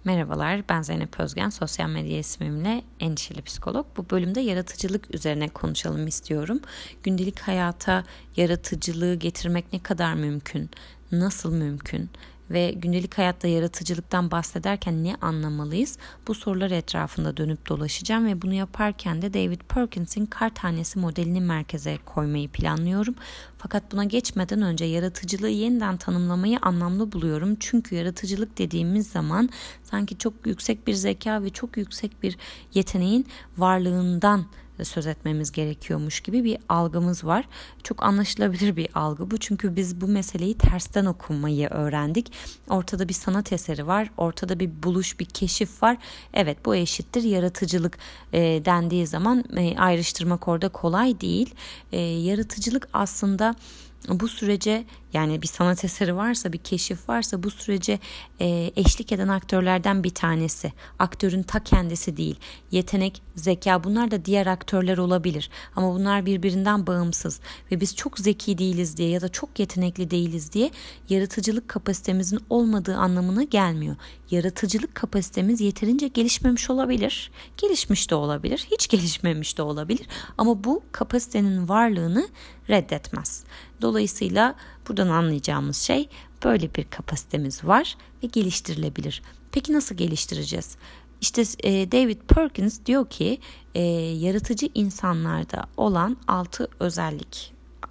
Merhabalar, ben Zeynep Özgen, sosyal medya ismimle Endişeli Psikolog. Bu bölümde yaratıcılık üzerine konuşalım istiyorum. Gündelik hayata yaratıcılığı getirmek ne kadar mümkün, nasıl mümkün ve gündelik hayatta yaratıcılıktan bahsederken ne anlamalıyız? Bu sorular etrafında dönüp dolaşacağım ve bunu yaparken de David Perkins'in kar tanesi modelini merkeze koymayı planlıyorum. Fakat buna geçmeden önce yaratıcılığı yeniden tanımlamayı anlamlı buluyorum. Çünkü yaratıcılık dediğimiz zaman sanki çok yüksek bir zeka ve çok yüksek bir yeteneğin varlığından söz etmemiz gerekiyormuş gibi bir algımız var. Çok anlaşılabilir bir algı bu. Çünkü biz bu meseleyi tersten okumayı öğrendik. Ortada bir sanat eseri var. Ortada bir buluş, bir keşif var. Evet, bu eşittir yaratıcılık dendiği zaman ayrıştırmak orada kolay değil. Yaratıcılık aslında bu sürece, yani bir sanat eseri varsa, bir keşif varsa bu sürece eşlik eden aktörlerden bir tanesi. Aktörün ta kendisi değil. Yetenek, zeka, bunlar da diğer aktörler olabilir. Ama bunlar birbirinden bağımsız ve biz çok zeki değiliz diye ya da çok yetenekli değiliz diye yaratıcılık kapasitemizin olmadığı anlamına gelmiyor. Yaratıcılık kapasitemiz yeterince gelişmemiş olabilir. Gelişmiş de olabilir, hiç gelişmemiş de olabilir. Ama bu kapasitenin varlığını reddetmez. Dolayısıyla buradan anlayacağımız şey, böyle bir kapasitemiz var ve geliştirilebilir. Peki nasıl geliştireceğiz? İşte David Perkins diyor ki yaratıcı insanlarda olan 6 özellik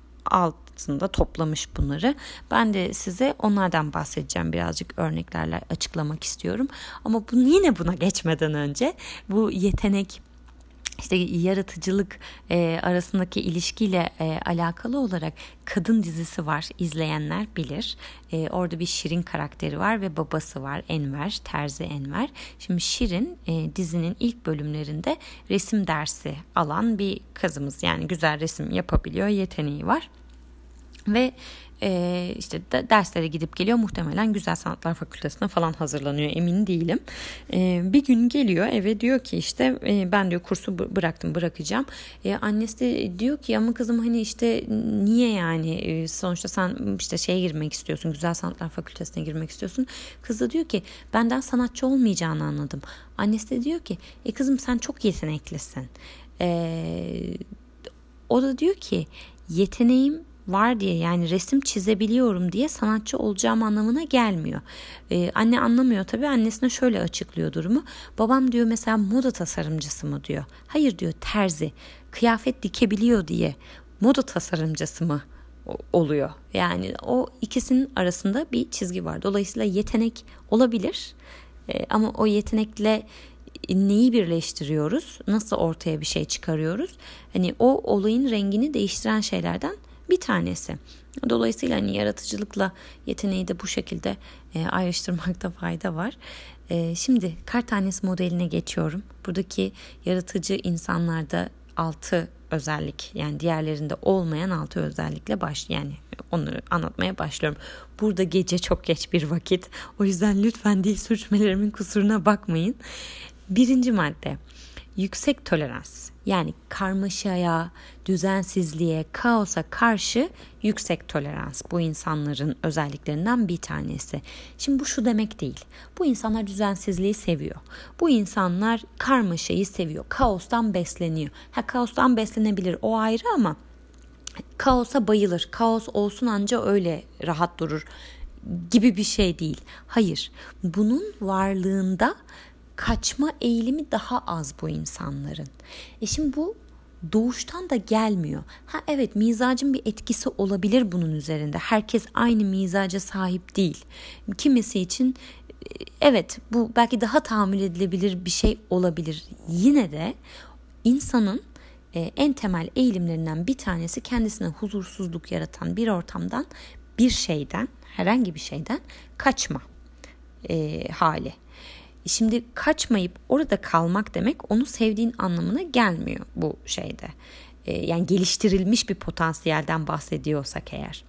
altında toplamış bunları. Ben de size onlardan bahsedeceğim, birazcık örneklerle açıklamak istiyorum. Ama yine buna geçmeden önce bu yetenek, İşte yaratıcılık arasındaki ilişkiyle alakalı olarak Kadın dizisi var, izleyenler bilir. Orada bir Şirin karakteri var ve babası var, Enver, Terzi Enver. Şimdi Şirin dizinin ilk bölümlerinde resim dersi alan bir kızımız, yani güzel resim yapabiliyor, yeteneği var. Ve işte derslere gidip geliyor, muhtemelen Güzel Sanatlar Fakültesine falan hazırlanıyor, emin değilim. Bir gün geliyor eve, diyor ki işte ben diyor kursu bırakacağım. Annesi de diyor ki ama kızım hani işte niye, yani sonuçta sen işte şeye girmek istiyorsun, Güzel Sanatlar Fakültesine girmek istiyorsun. Kız da diyor ki benden sanatçı olmayacağını anladım. Annesi de diyor ki kızım sen çok yeteneklisin. O da diyor ki yeteneğim var diye, yani resim çizebiliyorum diye sanatçı olacağım anlamına gelmiyor. Anne anlamıyor tabii. Annesine şöyle açıklıyor durumu. Babam diyor mesela moda tasarımcısı mı diyor. Hayır diyor, terzi. Kıyafet dikebiliyor diye moda tasarımcısı mı oluyor? Yani o ikisinin arasında bir çizgi var. Dolayısıyla yetenek olabilir. Ama o yetenekle neyi birleştiriyoruz? Nasıl ortaya bir şey çıkarıyoruz? Hani o olayın rengini değiştiren şeylerden bir tanesi. Dolayısıyla hani yaratıcılıkla yeteneği de bu şekilde ayrıştırmakta fayda var. Şimdi kar tanesi modeline geçiyorum. Buradaki yaratıcı insanlarda 6 özellik, yani diğerlerinde olmayan 6 özellikle yani onları anlatmaya başlıyorum. Burada gece çok geç bir vakit. O yüzden lütfen dil sürçmelerimin kusuruna bakmayın. 1. madde. Yüksek tolerans, yani karmaşaya, düzensizliğe, kaosa karşı yüksek tolerans bu insanların özelliklerinden bir tanesi. Şimdi bu şu demek değil. Bu insanlar düzensizliği seviyor. Bu insanlar karmaşayı seviyor. Kaostan besleniyor. Kaostan beslenebilir, o ayrı, ama kaosa bayılır. Kaos olsun anca öyle rahat durur gibi bir şey değil. Hayır, bunun varlığında kaçma eğilimi daha az bu insanların. Şimdi bu doğuştan da gelmiyor. Evet, mizacın bir etkisi olabilir bunun üzerinde. Herkes aynı mizaca sahip değil. Kimisi için evet, bu belki daha tahammül edilebilir bir şey olabilir. Yine de insanın en temel eğilimlerinden bir tanesi kendisine huzursuzluk yaratan bir ortamdan, bir şeyden, herhangi bir şeyden kaçma hali. Şimdi kaçmayıp orada kalmak demek onu sevdiğin anlamına gelmiyor bu şeyde. Yani geliştirilmiş bir potansiyelden bahsediyorsak eğer.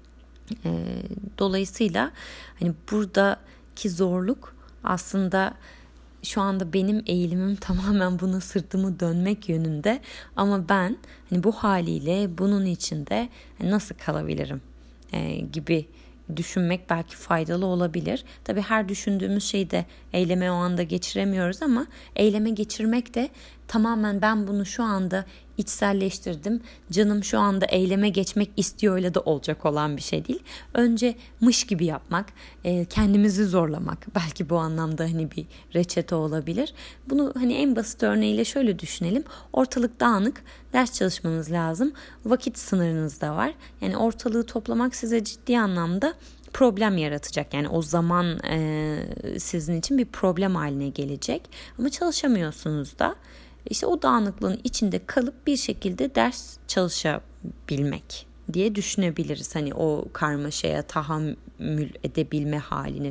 Dolayısıyla hani buradaki zorluk aslında şu anda benim eğilimim tamamen buna sırtımı dönmek yönünde. Ama ben hani bu haliyle bunun içinde nasıl kalabilirim gibi düşünmek belki faydalı olabilir. Tabii her düşündüğümüz şeyi de eyleme o anda geçiremiyoruz ama eyleme geçirmek de tamamen ben bunu şu anda içselleştirdim, canım şu anda eyleme geçmek istiyor öyle de olacak olan bir şey değil. Önce mış gibi yapmak, kendimizi zorlamak belki bu anlamda hani bir reçete olabilir. Bunu hani en basit örneğiyle şöyle düşünelim. Ortalık dağınık, ders çalışmanız lazım. Vakit sınırınız da var. Yani ortalığı toplamak size ciddi anlamda problem yaratacak. Yani o zaman sizin için bir problem haline gelecek. Ama çalışamıyorsunuz da. İşte o dağınıklığın içinde kalıp bir şekilde ders çalışabilmek diye düşünebiliriz. Hani o karmaşaya tahammül edebilme halini.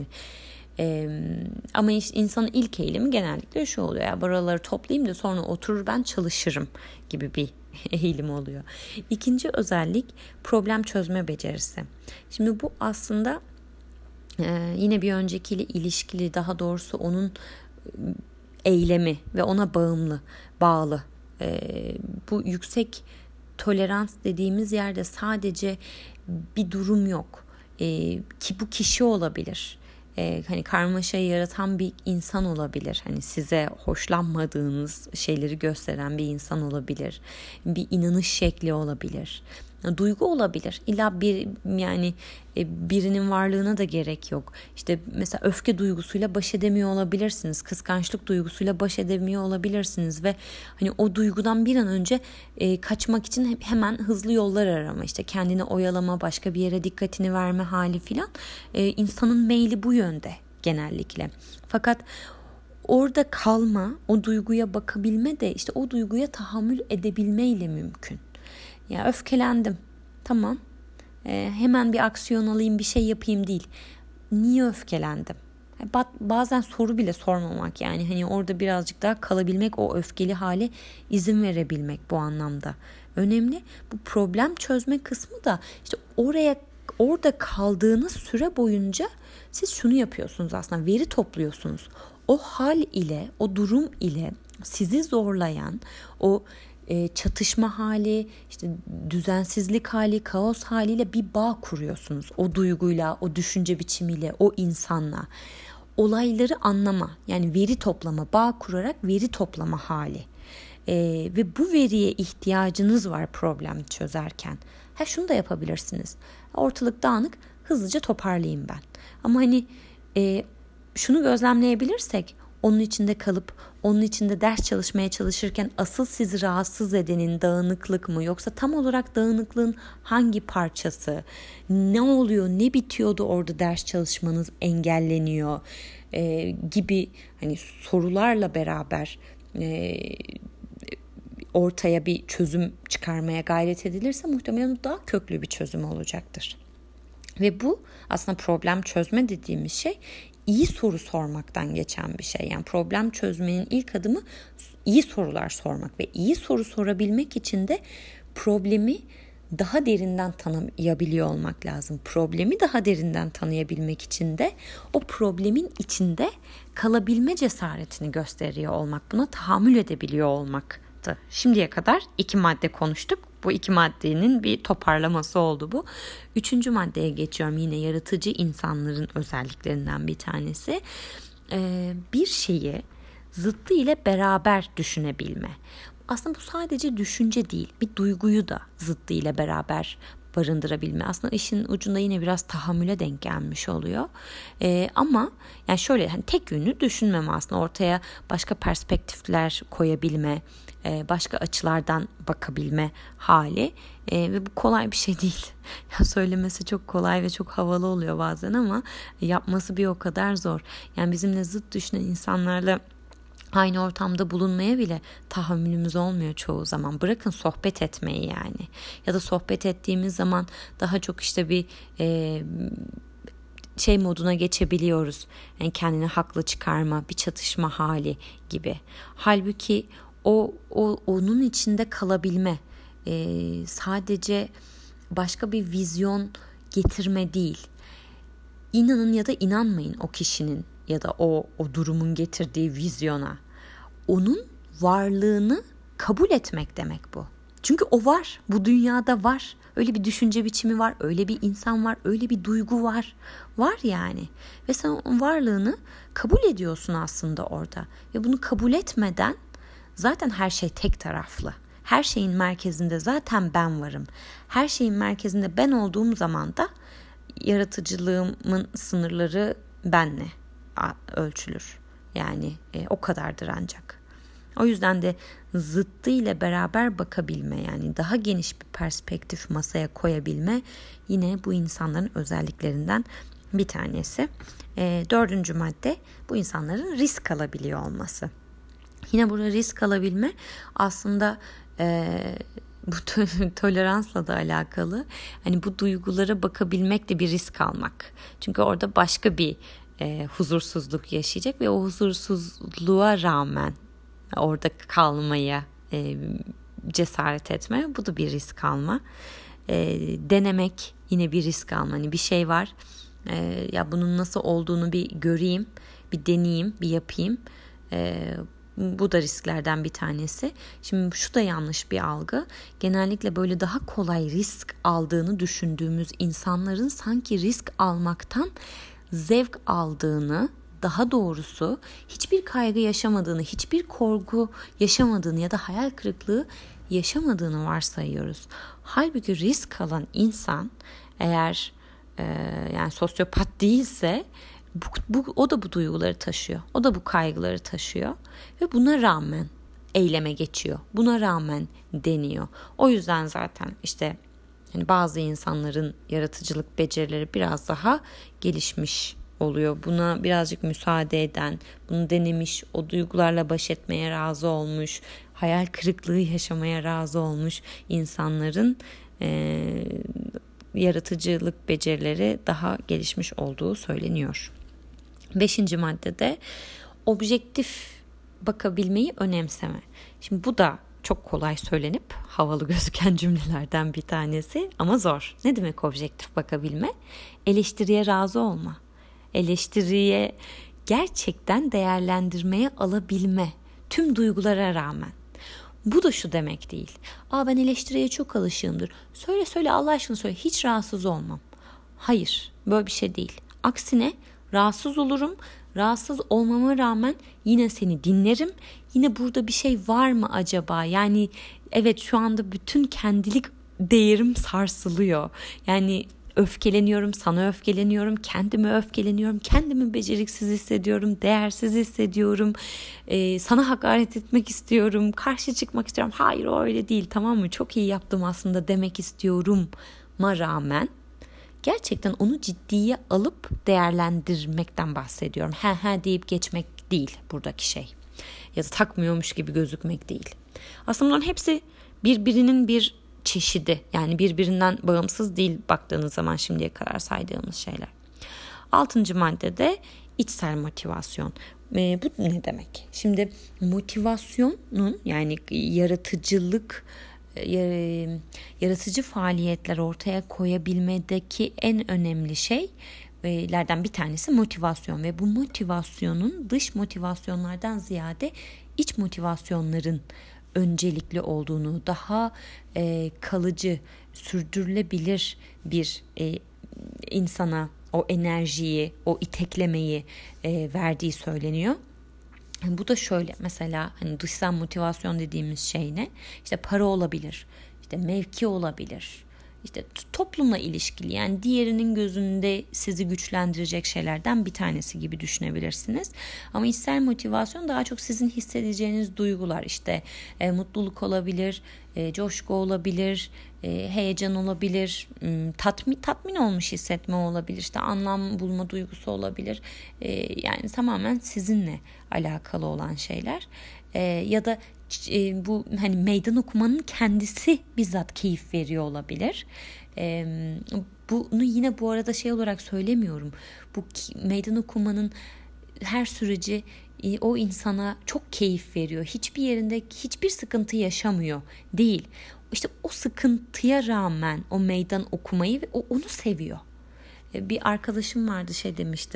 Ama insanın ilk eylemi genellikle şu oluyor. Ya buraları toplayayım da sonra oturur ben çalışırım gibi bir eğilim oluyor. İkinci özellik problem çözme becerisi. Şimdi bu aslında yine bir öncekiyle ilişkili, daha doğrusu onun eylemi ve ona bağlı. Bu yüksek tolerans dediğimiz yerde sadece bir durum yok. Ki bu kişi olabilir. Hani karmaşayı yaratan bir insan olabilir. Hani size hoşlanmadığınız şeyleri gösteren bir insan olabilir. Bir inanış şekli olabilir. Duygu olabilir. İlla birinin varlığına da gerek yok. İşte mesela öfke duygusuyla baş edemiyor olabilirsiniz. Kıskançlık duygusuyla baş edemiyor olabilirsiniz ve hani o duygudan bir an önce kaçmak için hemen hızlı yollar arama, işte kendini oyalama, başka bir yere dikkatini verme hali filan. İnsanın meyli bu yönde genellikle. Fakat orada kalma, o duyguya bakabilme de işte o duyguya tahammül edebilmeyle mümkün. Ya öfkelendim. Tamam. Hemen bir aksiyon alayım, bir şey yapayım değil. Niye öfkelendim? Bazen soru bile sormamak, yani hani orada birazcık daha kalabilmek, o öfkeli hale izin verebilmek bu anlamda önemli. Bu problem çözme kısmı da işte orada kaldığınız süre boyunca siz şunu yapıyorsunuz, aslında veri topluyorsunuz. O hal ile, o durum ile sizi zorlayan o çatışma hali, işte düzensizlik hali, kaos haliyle bir bağ kuruyorsunuz. O duyguyla, o düşünce biçimiyle, o insanla. Olayları anlama, yani veri toplama, bağ kurarak veri toplama hali. Ve bu veriye ihtiyacınız var problem çözerken. Şunu da yapabilirsiniz. Ortalık dağınık, hızlıca toparlayayım ben. Ama hani şunu gözlemleyebilirsek, onun içinde kalıp onun içinde ders çalışmaya çalışırken asıl sizi rahatsız edenin dağınıklık mı, yoksa tam olarak dağınıklığın hangi parçası, ne oluyor, ne bitiyordu orada ders çalışmanız engelleniyor gibi hani sorularla beraber ortaya bir çözüm çıkarmaya gayret edilirse muhtemelen daha köklü bir çözüm olacaktır. Ve bu aslında problem çözme dediğimiz şey iyi soru sormaktan geçen bir şey. Yani problem çözmenin ilk adımı iyi sorular sormak ve iyi soru sorabilmek için de problemi daha derinden tanıyabiliyor olmak lazım. Problemi daha derinden tanıyabilmek için de o problemin içinde kalabilme cesaretini gösteriyor olmak, buna tahammül edebiliyor olmaktı. Şimdiye kadar 2 madde konuştuk. Bu 2 maddenin bir toparlaması oldu bu. 3. maddeye geçiyorum. Yine yaratıcı insanların özelliklerinden bir tanesi. Bir şeyi zıttı ile beraber düşünebilme. Aslında bu sadece düşünce değil, bir duyguyu da zıttı ile beraber barındırabilme. Aslında işin ucunda yine biraz tahammüle denk gelmiş oluyor. Ama yani şöyle, hani tek yönlü düşünmeme, aslında ortaya başka perspektifler koyabilme, başka açılardan bakabilme hali ve bu kolay bir şey değil. Ya söylemesi çok kolay ve çok havalı oluyor bazen ama yapması bir o kadar zor. Yani bizimle zıt düşünen insanlarla aynı ortamda bulunmaya bile tahammülümüz olmuyor çoğu zaman. Bırakın sohbet etmeyi yani. Ya da sohbet ettiğimiz zaman daha çok işte bir moduna geçebiliyoruz. Yani kendini haklı çıkarma, bir çatışma hali gibi. Halbuki onun içinde kalabilme, sadece başka bir vizyon getirme değil. İnanın ya da inanmayın o kişinin ya da o durumun getirdiği vizyona. Onun varlığını kabul etmek demek bu. Çünkü o var. Bu dünyada var. Öyle bir düşünce biçimi var. Öyle bir insan var. Öyle bir duygu var. Var yani. Ve sen o varlığını kabul ediyorsun aslında orada. Ve bunu kabul etmeden zaten her şey tek taraflı. Her şeyin merkezinde zaten ben varım. Her şeyin merkezinde ben olduğum zaman da yaratıcılığımın sınırları benle ölçülür. Yani o kadardır ancak. O yüzden de zıttı ile beraber bakabilme, yani daha geniş bir perspektif masaya koyabilme yine bu insanların özelliklerinden bir tanesi. 4. madde bu insanların risk alabiliyor olması. Yine burada risk alabilme aslında bu toleransla da alakalı. Hani bu duygulara bakabilmek de bir risk almak. Çünkü orada başka bir huzursuzluk yaşayacak ve o huzursuzluğa rağmen orada kalmaya cesaret etme. Bu da bir risk alma. Denemek yine bir risk alma. Hani bir şey var. Ya bunun nasıl olduğunu bir göreyim, bir deneyeyim, bir yapayım. Bu da risklerden bir tanesi. Şimdi şu da yanlış bir algı. Genellikle böyle daha kolay risk aldığını düşündüğümüz insanların sanki risk almaktan zevk aldığını, daha doğrusu hiçbir kaygı yaşamadığını, hiçbir korku yaşamadığını ya da hayal kırıklığı yaşamadığını varsayıyoruz. Halbuki risk alan insan eğer yani sosyopat değilse o da bu duyguları taşıyor. O da bu kaygıları taşıyor ve buna rağmen eyleme geçiyor. Buna rağmen deniyor. O yüzden zaten işte yani bazı insanların yaratıcılık becerileri biraz daha gelişmiş oluyor. Buna birazcık müsaade eden, bunu denemiş, o duygularla baş etmeye razı olmuş, hayal kırıklığı yaşamaya razı olmuş insanların yaratıcılık becerileri daha gelişmiş olduğu söyleniyor. 5. maddede objektif bakabilmeyi önemseme. Şimdi bu da çok kolay söylenip havalı gözüken cümlelerden bir tanesi ama zor. Ne demek objektif bakabilme? Eleştiriye razı olma. Eleştiriye gerçekten değerlendirmeye alabilme. Tüm duygulara rağmen. Bu da şu demek değil. Ben eleştiriye çok alışığımdır. Söyle Allah aşkına söyle. Hiç rahatsız olmam. Hayır, böyle bir şey değil. Aksine rahatsız olurum. Rahatsız olmama rağmen yine seni dinlerim. Yine burada bir şey var mı acaba? Yani evet, şu anda bütün kendilik değerim sarsılıyor. Yani öfkeleniyorum, sana öfkeleniyorum, kendime öfkeleniyorum, kendimi beceriksiz hissediyorum, değersiz hissediyorum, sana hakaret etmek istiyorum, karşı çıkmak istiyorum. Hayır, o öyle değil, tamam mı? Çok iyi yaptım aslında demek istiyorum'a rağmen gerçekten onu ciddiye alıp değerlendirmekten bahsediyorum. He deyip geçmek değil buradaki şey. Ya da takmıyormuş gibi gözükmek değil. Aslında bunların hepsi birbirinin bir çeşidi. Yani birbirinden bağımsız değil baktığınız zaman şimdiye kadar saydığımız şeyler. 6. maddede içsel motivasyon. Bu ne demek? Şimdi motivasyonun, yani yaratıcı faaliyetler ortaya koyabilmedeki en önemli şeylerden bir tanesi motivasyon ve bu motivasyonun dış motivasyonlardan ziyade iç motivasyonların öncelikli olduğunu, daha kalıcı, sürdürülebilir bir insana o enerjiyi, o iteklemeyi verdiği söyleniyor. Bu da şöyle, mesela hani dışsal motivasyon dediğimiz şey ne? İşte para olabilir, işte mevki olabilir, işte toplumla ilişkili, yani diğerinin gözünde sizi güçlendirecek şeylerden bir tanesi gibi düşünebilirsiniz. Ama içsel motivasyon daha çok sizin hissedeceğiniz duygular, işte mutluluk olabilir, coşku olabilir, heyecan olabilir, tatmin olmuş hissetme olabilir, işte anlam bulma duygusu olabilir. Yani tamamen sizinle alakalı olan şeyler. Ya da bu hani meydan okumanın kendisi bizzat keyif veriyor olabilir. Bunu yine bu arada şey olarak söylemiyorum. Bu meydan okumanın her süreci o insana çok keyif veriyor. Hiçbir yerinde hiçbir sıkıntı yaşamıyor değil. İşte o sıkıntıya rağmen o meydan okumayı ve onu seviyor. Bir arkadaşım vardı, demişti.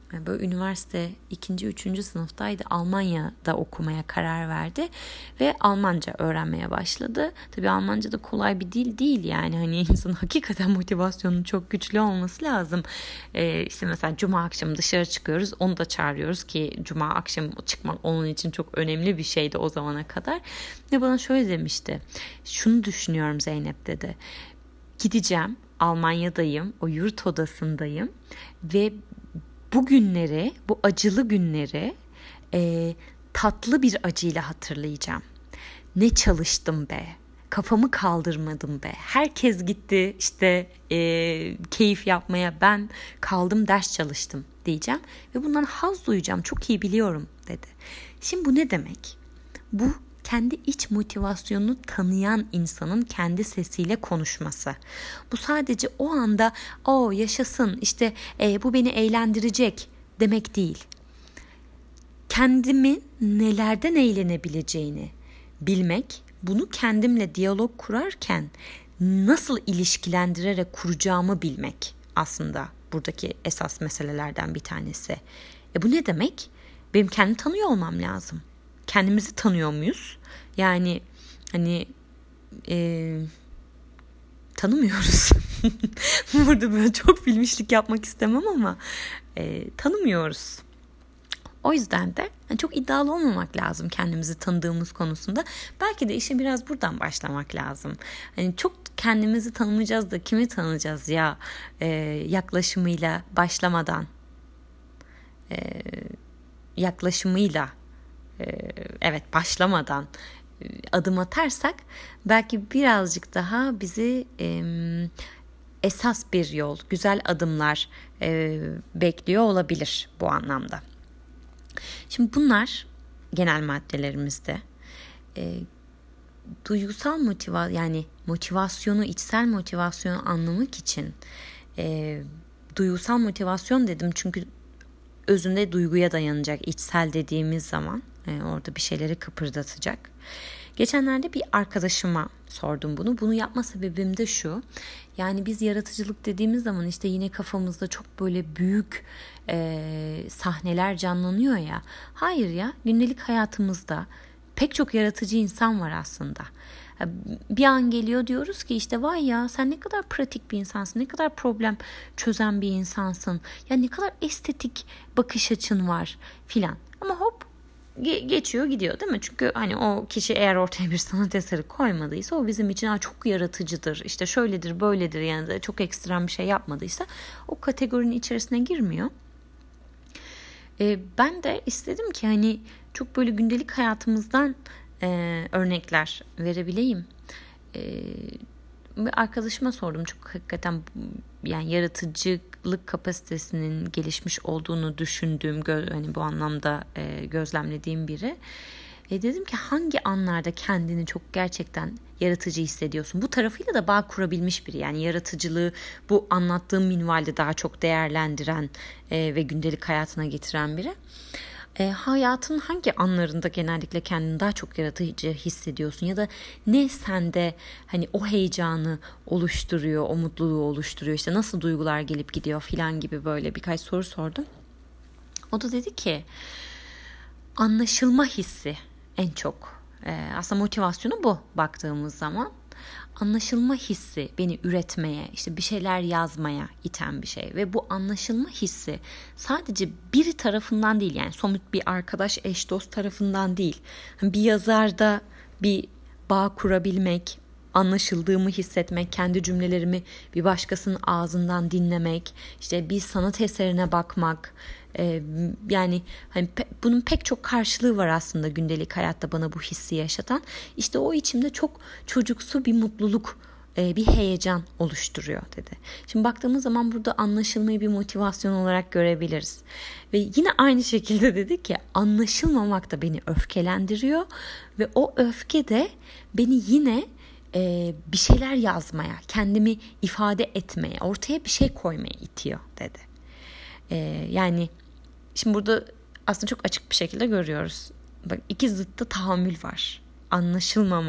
böyle üniversite 2. 3. sınıftaydı. Almanya'da okumaya karar verdi ve Almanca öğrenmeye başladı. Tabii Almanca da kolay bir dil değil yani. Hani insanın hakikaten motivasyonun çok güçlü olması lazım. İşte mesela cuma akşamı dışarı çıkıyoruz. Onu da çağırıyoruz ki cuma akşamı çıkmak onun için çok önemli bir şeydi o zamana kadar. Ve bana şöyle demişti. Şunu düşünüyorum Zeynep dedi. Gideceğim, Almanya'dayım, o yurt odasındayım ve bu günleri, bu acılı günleri tatlı bir acıyla hatırlayacağım. Ne çalıştım be, kafamı kaldırmadım be. Herkes gitti işte keyif yapmaya, ben kaldım ders çalıştım diyeceğim. Ve bundan haz duyacağım, çok iyi biliyorum dedi. Şimdi bu ne demek? Bu kendi iç motivasyonunu tanıyan insanın kendi sesiyle konuşması. Bu sadece o anda yaşasın işte bu beni eğlendirecek demek değil. Kendimin nelerden eğlenebileceğini bilmek, bunu kendimle diyalog kurarken nasıl ilişkilendirerek kuracağımı bilmek aslında buradaki esas meselelerden bir tanesi. Bu ne demek? Benim kendimi tanıyor olmam lazım. Kendimizi tanıyor muyuz? Yani hani tanımıyoruz. Burada böyle çok bilmişlik yapmak istemem ama tanımıyoruz. O yüzden de çok iddialı olmamak lazım kendimizi tanıdığımız konusunda. Belki de işe biraz buradan başlamak lazım. Hani çok kendimizi tanımayacağız da kimi tanıyacağız ya yaklaşımıyla başlamadan. Başlamadan adım atarsak belki birazcık daha bizi esas bir yol, güzel adımlar bekliyor olabilir bu anlamda. Şimdi bunlar genel maddelerimizde. Duygusal motivasyonu, içsel motivasyonu anlamak için duygusal motivasyon dedim çünkü özünde duyguya dayanacak, içsel dediğimiz zaman orada bir şeyleri kıpırdatacak. Geçenlerde bir arkadaşıma sordum bunu. Bunu yapma sebebim de şu. Yani biz yaratıcılık dediğimiz zaman işte yine kafamızda çok böyle büyük sahneler canlanıyor ya. Hayır ya, gündelik hayatımızda pek çok yaratıcı insan var aslında. Bir an geliyor diyoruz ki işte vay ya sen ne kadar pratik bir insansın, ne kadar problem çözen bir insansın. Ya ne kadar estetik bakış açın var filan. Ama hop geçiyor gidiyor değil mi? Çünkü hani o kişi eğer ortaya bir sanat eseri koymadıysa o bizim için çok yaratıcıdır. İşte şöyledir böyledir yani de çok ekstrem bir şey yapmadıysa o kategorinin içerisine girmiyor. Ben de istedim ki hani çok böyle gündelik hayatımızdan örnekler verebileyim. Bir arkadaşıma sordum, çok hakikaten yani yaratıcılık kapasitesinin gelişmiş olduğunu düşündüğüm hani bu anlamda gözlemlediğim biri. Dedim ki hangi anlarda kendini çok gerçekten yaratıcı hissediyorsun? Bu tarafıyla da bağ kurabilmiş biri, yani yaratıcılığı bu anlattığım minvalde daha çok değerlendiren ve gündelik hayatına getiren biri. Hayatın hangi anlarında genellikle kendini daha çok yaratıcı hissediyorsun ya da ne sende hani o heyecanı oluşturuyor, o mutluluğu oluşturuyor, işte nasıl duygular gelip gidiyor filan gibi böyle birkaç soru sordum. O da dedi ki anlaşılma hissi en çok. Aslında motivasyonu bu baktığımız zaman. Anlaşılma hissi beni üretmeye, işte bir şeyler yazmaya iten bir şey. Ve bu anlaşılma hissi sadece biri tarafından değil, yani somut bir arkadaş, eş, dost tarafından değil. Bir yazarda bir bağ kurabilmek, anlaşıldığımı hissetmek, kendi cümlelerimi bir başkasının ağzından dinlemek, işte bir sanat eserine bakmak, yani hani bunun pek çok karşılığı var aslında gündelik hayatta bana bu hissi yaşatan. İşte o içimde çok çocuksu bir mutluluk, bir heyecan oluşturuyor dedi. Şimdi baktığımız zaman burada anlaşılmayı bir motivasyon olarak görebiliriz. Ve yine aynı şekilde dedi ki anlaşılmamak da beni öfkelendiriyor ve o öfke de beni yine bir şeyler yazmaya, kendimi ifade etmeye, ortaya bir şey koymaya itiyor dedi. Yani şimdi burada aslında çok açık bir şekilde görüyoruz. Bak, iki zıttı tahammül var. Anlaşılmamaya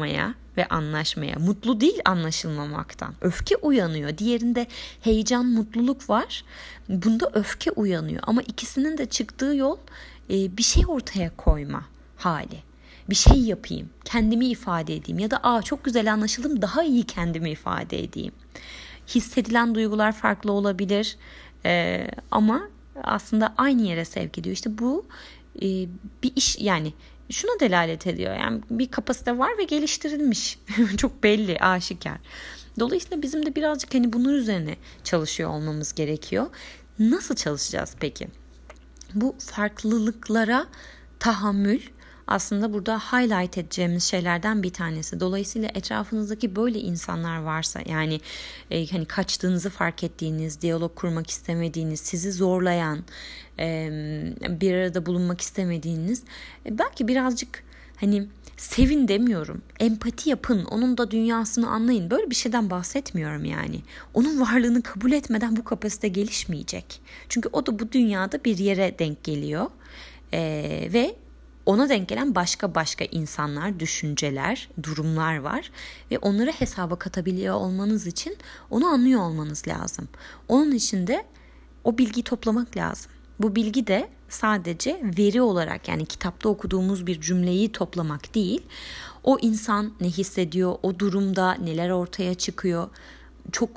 ve anlaşmaya. Mutlu değil anlaşılmamaktan. Öfke uyanıyor. Diğerinde heyecan, mutluluk var. Bunda öfke uyanıyor. Ama ikisinin de çıktığı yol bir şey ortaya koyma hali. Bir şey yapayım, kendimi ifade edeyim ya da çok güzel anlaşıldım, daha iyi kendimi ifade edeyim. Hissedilen duygular farklı olabilir ama aslında aynı yere sevk ediyor. İşte bu bir iş, yani şuna delalet ediyor. Yani bir kapasite var ve geliştirilmiş. Çok belli, aşikar. Dolayısıyla bizim de birazcık bunun üzerine çalışıyor olmamız gerekiyor. Nasıl çalışacağız peki? Bu farklılıklara tahammül aslında burada highlight edeceğimiz şeylerden bir tanesi. Dolayısıyla etrafınızdaki böyle insanlar varsa, yani kaçtığınızı fark ettiğiniz, diyalog kurmak istemediğiniz, sizi zorlayan, bir arada bulunmak istemediğiniz, belki birazcık sevin demiyorum, empati yapın, onun da dünyasını anlayın. Böyle bir şeyden bahsetmiyorum yani. Onun varlığını kabul etmeden bu kapasite gelişmeyecek. Çünkü o da bu dünyada bir yere denk geliyor ve ona denk gelen başka insanlar, düşünceler, durumlar var ve onları hesaba katabiliyor olmanız için onu anlıyor olmanız lazım. Onun için de o bilgiyi toplamak lazım. Bu bilgi de sadece veri olarak, yani kitapta okuduğumuz bir cümleyi toplamak değil. O insan ne hissediyor, o durumda neler ortaya çıkıyor. Çok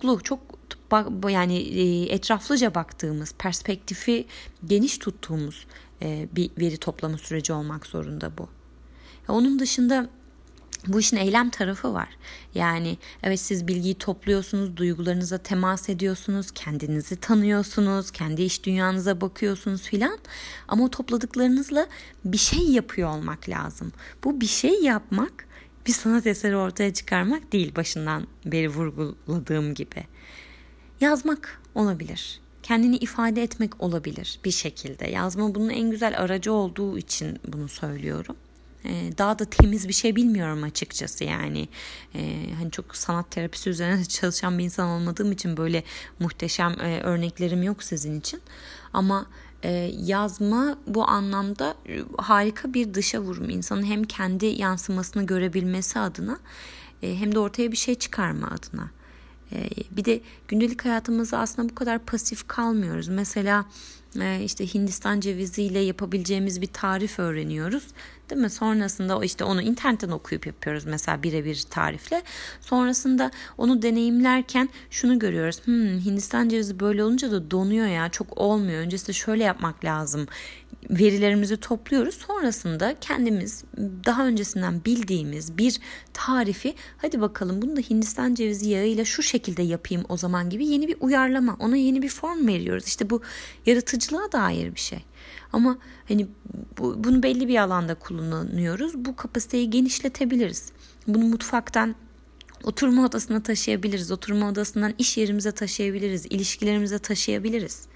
etraflıca baktığımız, perspektifi geniş tuttuğumuz bir veri toplama süreci olmak zorunda bu. Onun dışında bu işin eylem tarafı var. Yani evet, siz bilgiyi topluyorsunuz, duygularınıza temas ediyorsunuz, kendinizi tanıyorsunuz, kendi iç dünyanıza bakıyorsunuz filan. Ama o topladıklarınızla bir şey yapıyor olmak lazım. Bu bir şey yapmak bir sanat eseri ortaya çıkarmak değil, başından beri vurguladığım gibi. Yazmak olabilir. Kendini ifade etmek olabilir bir şekilde. Yazma bunun en güzel aracı olduğu için bunu söylüyorum. Daha da temiz bir şey bilmiyorum açıkçası yani. Çok sanat terapisi üzerine çalışan bir insan olmadığım için böyle muhteşem örneklerim yok sizin için. Ama yazma bu anlamda harika bir dışa vurum. İnsanın hem kendi yansımasını görebilmesi adına hem de ortaya bir şey çıkarma adına. Bir de gündelik hayatımızda aslında bu kadar pasif kalmıyoruz. Mesela işte Hindistan ceviziyle yapabileceğimiz bir tarif öğreniyoruz. Değil mi? Sonrasında onu internetten okuyup yapıyoruz mesela, birebir tarifle. Sonrasında onu deneyimlerken şunu görüyoruz. Hindistan cevizi böyle olunca da donuyor ya, çok olmuyor. Öncesinde şöyle yapmak lazım. Verilerimizi topluyoruz. Sonrasında kendimiz daha öncesinden bildiğimiz bir tarifi, hadi bakalım bunu da Hindistan cevizi yağıyla şu şekilde yapayım o zaman gibi yeni bir uyarlama, ona yeni bir form veriyoruz. İşte bu yaratıcılığa dair bir şey. Ama bunu belli bir alanda kullanıyoruz. Bu kapasiteyi genişletebiliriz. Bunu mutfaktan oturma odasına taşıyabiliriz. Oturma odasından iş yerimize taşıyabiliriz. İlişkilerimize taşıyabiliriz.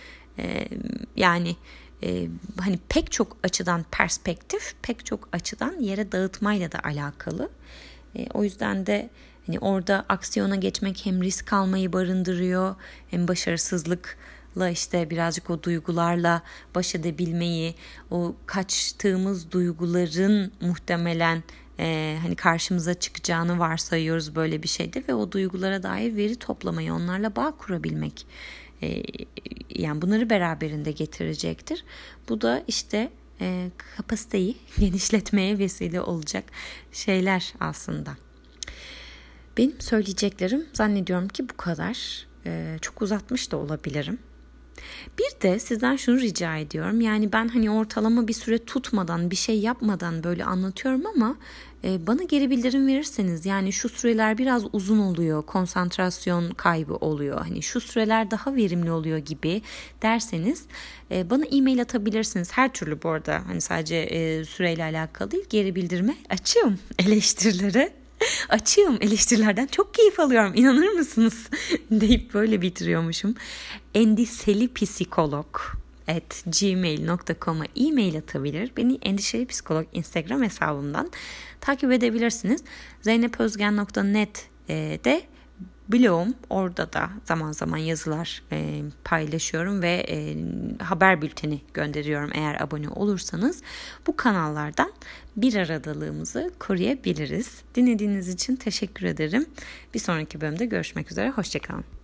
Pek çok açıdan perspektif, pek çok açıdan yere dağıtmayla da alakalı. O yüzden de orada aksiyona geçmek hem risk almayı barındırıyor, hem başarısızlıkla birazcık o duygularla baş edebilmeyi, o kaçtığımız duyguların muhtemelen karşımıza çıkacağını varsayıyoruz böyle bir şeyde ve o duygulara dair veri toplamayı, onlarla bağ kurabilmek, yani bunları beraberinde getirecektir. Bu da kapasiteyi genişletmeye vesile olacak şeyler aslında. Benim söyleyeceklerim zannediyorum ki bu kadar. Çok uzatmış da olabilirim. Bir de sizden şunu rica ediyorum. Yani ben ortalama bir süre tutmadan, bir şey yapmadan böyle anlatıyorum ama bana geri bildirim verirseniz, yani şu süreler biraz uzun oluyor, konsantrasyon kaybı oluyor, şu süreler daha verimli oluyor gibi derseniz bana e-mail atabilirsiniz. Her türlü bu arada sadece süreyle alakalı değil, geri bildirime açığım, eleştirilere açığım, eleştirilerden çok keyif alıyorum, inanır mısınız deyip böyle bitiriyormuşum. endiselipsikolog@gmail.com'a e-mail atabilir. Beni Endişeli Psikolog Instagram hesabımdan takip edebilirsiniz. zeynepozgen.net de Blogum, orada da zaman zaman yazılar paylaşıyorum ve haber bülteni gönderiyorum eğer abone olursanız. Bu kanallardan bir aradalığımızı koruyabiliriz. Dinlediğiniz için teşekkür ederim. Bir sonraki bölümde görüşmek üzere. Hoşça kalın.